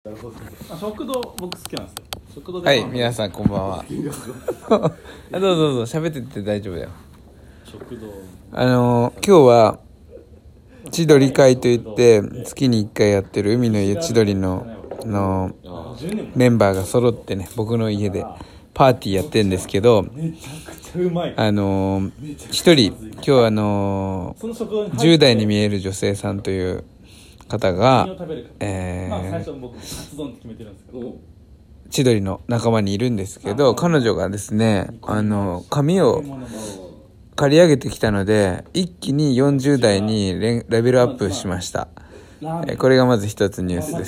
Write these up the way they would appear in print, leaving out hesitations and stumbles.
なるほど。食堂僕好きなんですよ。食堂ではい、皆さんこんばんは。どうぞ喋ってて大丈夫だよ。 食堂。 今日は千鳥会といって月に1回やってる海の家千鳥のメンバーが揃ってね、僕の家でパーティーやってるんですけど、 めちゃくちゃうまい。 一人今日10代に見える女性さんという方が、 最初僕カツ丼って決めてるんですけど、 千鳥の仲間にいるんですけど、彼女がですね、髪を刈り上げてきたので一気に40代にレベルアップしました。これがまず一つニュースです。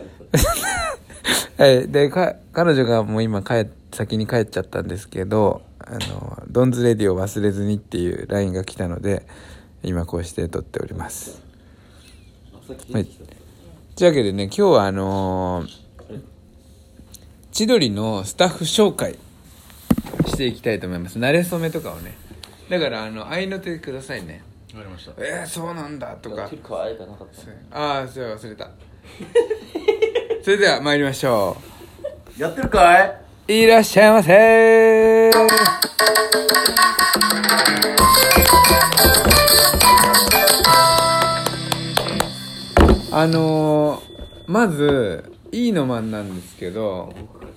はい、で彼女がもう今先に帰っちゃったんですけど、ドンズレディを忘れずにっていう LINE が来たので今こうして撮っております。はい、というわけでね、今日は千鳥のスタッフ紹介していきたいと思います。慣れ初めとかをね、だから合いの手くださいね。 わかりました。 そうなんだとか。 結構あれがなかった。 そう忘れた。それでは参りましょう。やってるかい。いらっしゃいませ。まずいいのまんなんですけど、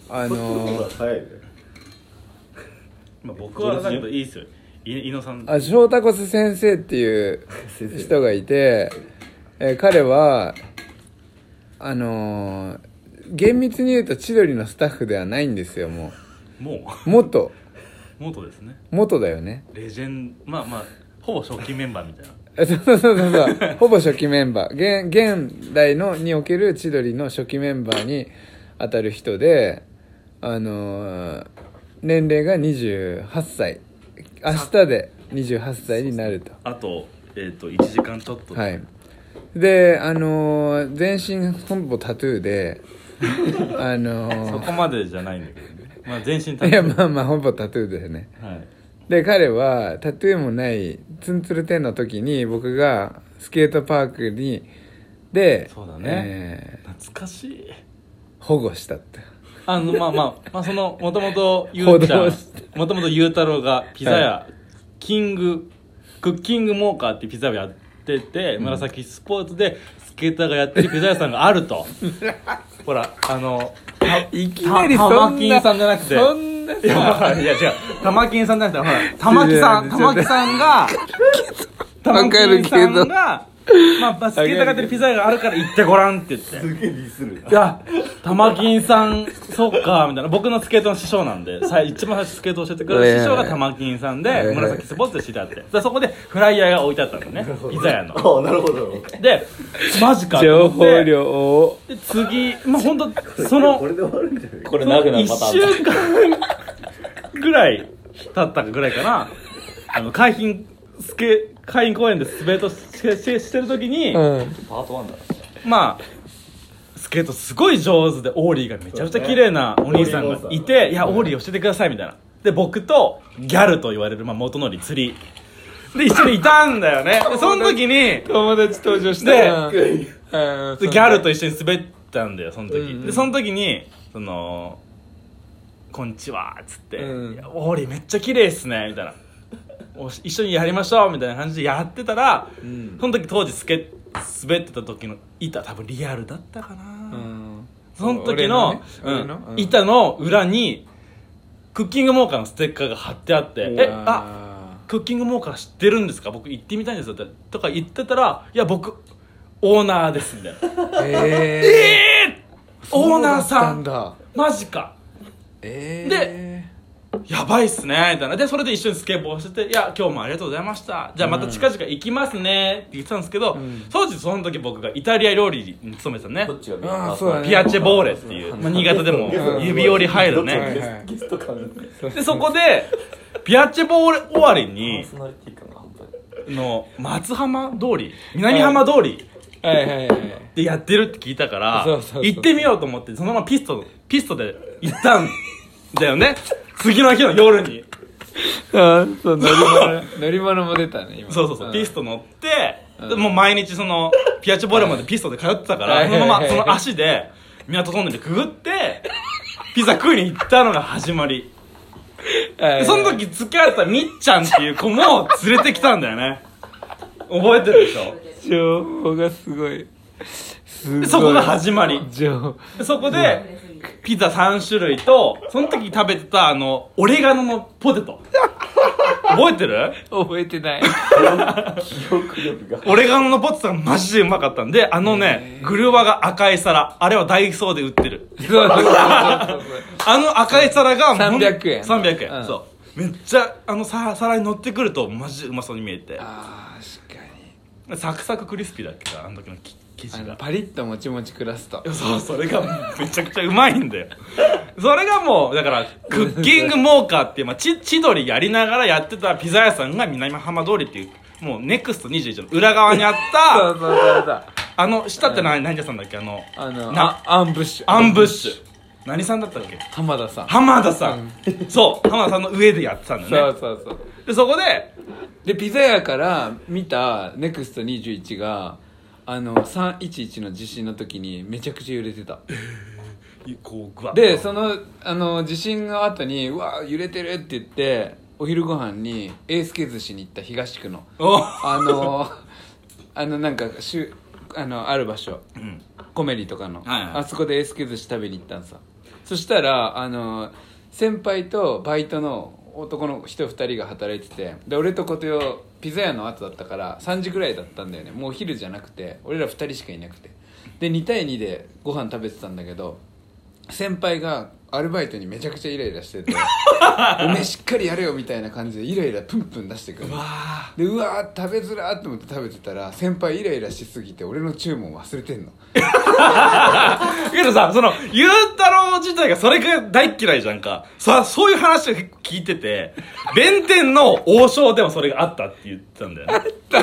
僕はなんかいいですよ。伊野さん。 ショータコス先生っていう人がいて、彼は厳密に言うと千鳥のスタッフではないんですよ。もう元ですね。 元だよね。 レジェンド、ほぼ初期メンバーみたいな。 そうほぼ初期メンバー、現代における千鳥の初期メンバーに当たる人で、年齢が28歳、明日で28歳になると。 あと1時間ちょっと。 はい。で全身ほぼタトゥーでそこまでじゃないんだけどね。全身タトゥー。 いやほぼタトゥーだよね。 はい。で彼はタトゥーもないツンツルテンの時に僕がスケートパークでそうだね、懐かしい保護したってそのもともとゆうたろうがピザ屋、はい、クッキングモーカーっていうピザ屋やってて、紫スポーツでスケーターがやってるピザ屋さんがあるとほらいきなりそんな玉金さんじゃなくて、いや違う、玉金さんじゃなくて、ほら玉木さんがスケーターがやってるピザ屋があるから行ってごらんって言って、 すげえディスる。 いや玉金さんそっかみたいな、僕のスケートの師匠なんで一番最初スケートを教えてくれる師匠が玉金さんで、紫スポーツで知り合って、そこでフライヤーが置いてあったのね、ピザ屋の。 なるほど。 でマジか情報量をで次本当そのこれで終わるんじゃない？ これ長くなるパターン。1週間ぐらい経ったかぐらいかな、海浜公園でスケートしてる時に、 パート1だ。 スケートすごい上手で、オーリーがめちゃくちゃ綺麗なお兄さんがいて、いやオーリー教えてくださいみたいな。で僕とギャルと言われる、元則釣りで一緒にいたんだよね。でその時に友達登場してでギャルと一緒に滑ったんだよその時、でその時にこんにちはっつって、いやオーリーめっちゃ綺麗っすねみたいな、一緒にやりましょうみたいな感じでやってたら、その時当時滑ってた時の板多分リアルだったかな、その時の板の裏にクッキングモーカーのステッカーが貼ってあって、クッキングモーカー知ってるんですか、僕行ってみたいんですよとか言ってたら、いや僕オーナーですみたいな。オーナーさんマジか。でやばいっすねみたいな。でそれで一緒にスケボーしてて、いや今日もありがとうございました、じゃあまた近々行きますねって言ってたんですけど、その時僕がイタリア料理に勤めてたね。 こっちがピアチェボーレっていう、新潟でも指折り入るね。でそこでピアチェボーレ終わりに松浜通り、南浜通りでやってるって聞いたから、行ってみようと思ってそのままピストで行ったんだよね。次の日の夜にそう乗り物も出たね今。 そうピスト乗って、もう毎日そのピアチェボーレまでピストで通ってたから、そのままその足で港トンネルくぐってピザ食いに行ったのが始まり。その時付き合ってたみっちゃんっていう子も連れてきたんだよね。覚えてるでしょ。 情報がすごい。 そこが始まり。そこでピザ3種類とその時食べてたオレガノのポテト覚えてる？ 覚えてない。 記憶力が。 オレガノのポテトがマジでうまかったんで、グルワが赤い皿、あれはダイソーで売ってる。赤い皿が 300円。 300円、そう。めっちゃ皿に乗ってくるとマジでうまそうに見えて。 あー、確かに。 サクサククリスピーだっけか、あの時の生地がパリッともちもちクラスト。 そう、それがめちゃくちゃうまいんだよ。それがもうだからクッキングモーカーっていう、千鳥やりながらやってたピザ屋さんが南浜通りっていうもうネクスト21の裏側にあったそう下って何屋さんだっけ、 アンブッシュ何さんだったっけ、 浜田さん、 そう浜田さんの上でやってたんだよね。 そうでそこでピザ屋から見たネクスト21が311の地震の時にめちゃくちゃ揺れてた。 こうグワッでその地震の後にうわ揺れてるって言ってお昼ご飯にエースケ寿司に行った東区のなんかある場所、コメリとかの、あそこでエースケ寿司食べに行ったんさ。そしたら先輩とバイトの男の人2人が働いてて、で俺と小手をピザ屋の後だったから3時ぐらいだったんだよね。もうお昼じゃなくて俺ら2人しかいなくて、で2対2でご飯食べてたんだけど、先輩がアルバイトにめちゃくちゃイライラしてておめえしっかりやれよみたいな感じでイライラプンプン出してくる。でうわー食べづらーって思って食べてたら、先輩イライラしすぎて俺の注文忘れてんの。 けどさ、ゆうたろう自体がそれが大嫌いじゃんか。そういう話を聞いてて、弁天の王将でもそれがあったって言ってたんだよね。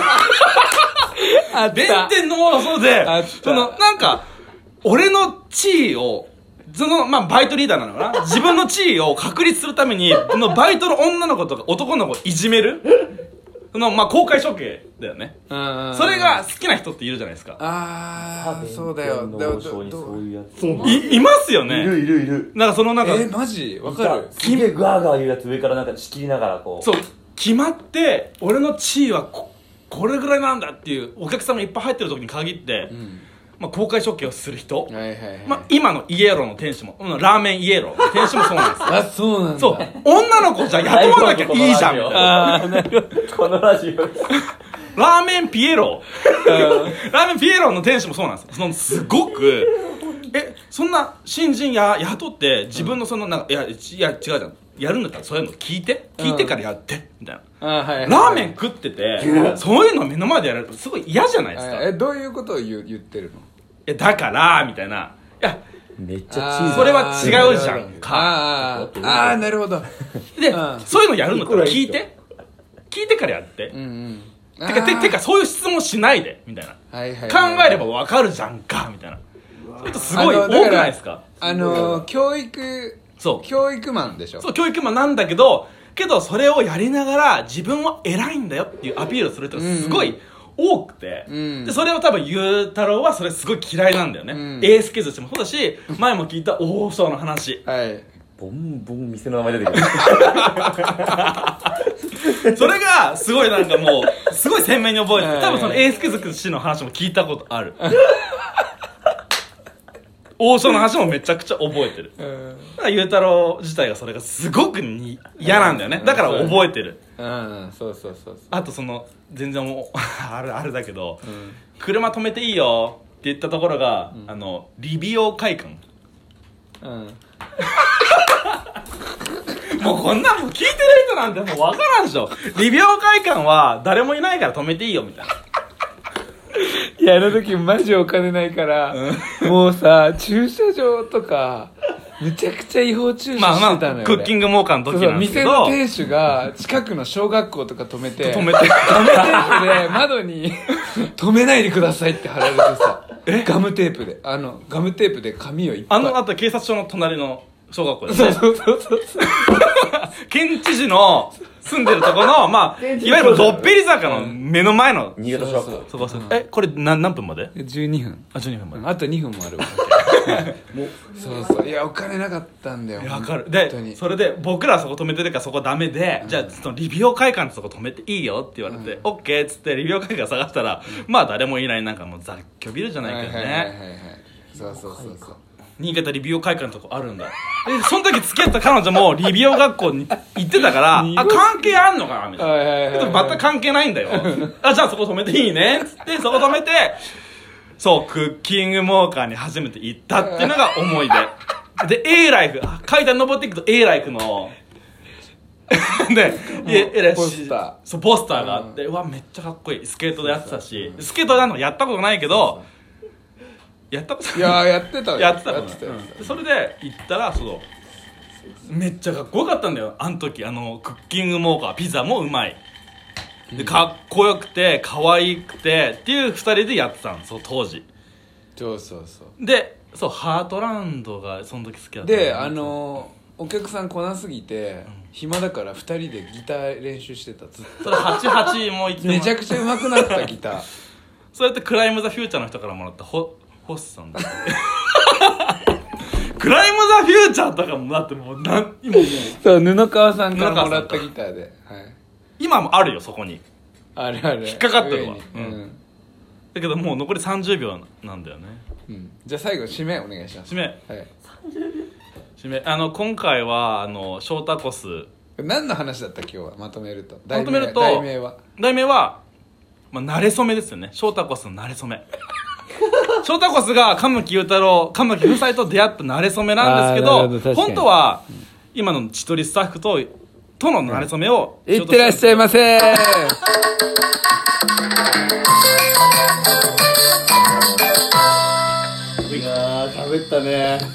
弁天の王将でなんか俺の地位をバイトリーダーなのかな、自分の地位を確立するためにバイトの女の子とか男の子をいじめる公開処刑だよね。それが好きな人っているじゃないですか。 そうだよ。 そういうやついますよね。 いる。 なんかマジわかる。 すげえガーガー言うやつ上からなんか仕切りながらこう。 そう決まって俺の地位はこれぐらいなんだっていうお客さんがいっぱい入ってる時に限って。公開処刑をする人、今のイエローの店主も、ラーメンイエローの店主もそうなんですよ。 そうなんだ。 そう女の子じゃ雇わなきゃいいじゃんみたいな。 このラジオラーメンピエロラーメンピエロの店主もそうなんですよ。すごくそんな新人雇って自分のいや違うじゃん、やるんだったらそういうの聞いてからやってみたいな。ラーメン食っててそういうの目の前でやられるとすごい嫌じゃないですか。 どういうことを言ってるの？ だからみたいな。いやめっちゃチーズ。 それは違うじゃんか。 なるほど。 でそういうのやるんだったら聞いてからやって。てかそういう質問しないでみたいな。考えればわかるじゃんかみたいな。それとすごい多くないですか？ 教育マンでしょ。 そう教育マンなんだけどそれをやりながら自分は偉いんだよっていうアピールをする人がすごい多くて、でそれを多分ゆうたろうはそれすごい嫌いなんだよね。エースケ寿司もそうだし、前も聞いた王将の話、 ボンボン店の名前出てくるそれがすごいなんかもうすごい鮮明に覚えてて、多分そのエースケ寿司の話も聞いたことある。王将の話もめちゃくちゃ覚えてる。だからゆうたろう自体がそれがすごく嫌なんだよね。だから覚えてる。 そうあと全然あれだけど、車止めていいよって言ったところが、理美容会館。もうこんなんもう聞いてる人なんてもう分からんでしょ。理美容会館は誰もいないから止めていいよみたいな。 いや、あの時マジお金ないから、もうさ、駐車場とかめちゃくちゃ違法駐車してたのよ。 クッキングモーカーの時なんですけど、 店の店主が近くの小学校とか止めてガムテープで窓に止めないでくださいって貼られてさ、ガムテープでガムテープで紙をいっぱい、 あと警察署の隣の小学校ですね。そう県知事の住んでるところの、いわゆるどっぺり坂の目の前の新潟小学校。 そここれ何分まで？ 12分。 12分まで。 あと2分もあるわ。 もうそうそう、いやお金なかったんだよ。 わかる。 本当にでそれで僕らそこ止めてるからそこダメで、じゃあその理美容会館ってとこ止めていいよって言われて、オッケーっつって理美容会館探したら、まあ誰もいないなんかもう雑居ビルじゃないけどはいはいはいね、 はいそうそうそうそう。 新潟理美容会館のとこあるんだ。でその時付き合った彼女も理美容学校に行ってたからあ、関係あんのかなみたいな。 はいはいはいでも全く関係ないんだよ。あ、じゃあそこ止めていいねっつってそこ止めて、そうクッキングモーカーに初めて行ったっていうのが思い出で、 A ライフ階段登っていくと A ライフのでポスター、 そうポスターがあって、うわめっちゃかっこいい。スケートでやってたし、スケートなんのやったことないけど、やったことない。 いやーやってたよ。 やってたのやってたよ。 でそれで行ったら、そうめっちゃかっこよかったんだよあの時。クッキングモーカーピザもうまいで、かっこよくて可愛くてっていう2人でやってたの、そう当時そうそうそうで。そうハートランドがその時好きだったで、お客さん来なすぎて、暇だから2人でギター練習してた。ずっそれ88も行ってとめちゃくちゃ上手くなったギター。 そうやってクライム・ザ・フューチャーの人からもらったホッさんだってクライム・ザ・フューチャーとかもだってもう今もうそう、布川さんからもらったギターで、はい、 今もあるよそこに。 あるある、 引っかかってるわ上にだけどもう残り30秒なんだよね。 じゃあ最後締めお願いします。 締めはい、 締め今回はショータコス、 何の話だった今日はまとめると。 まとめると題名は慣れ初めですよね。ショータコスの慣れ初めショータコスが神木雄太郎、神木夫妻と出会った慣れ初めなんですけど、 あーなるほど確かに本当は今の千鳥スタッフとの慣れ初めを、 いってらっしゃいませ。 いやー喋ったね。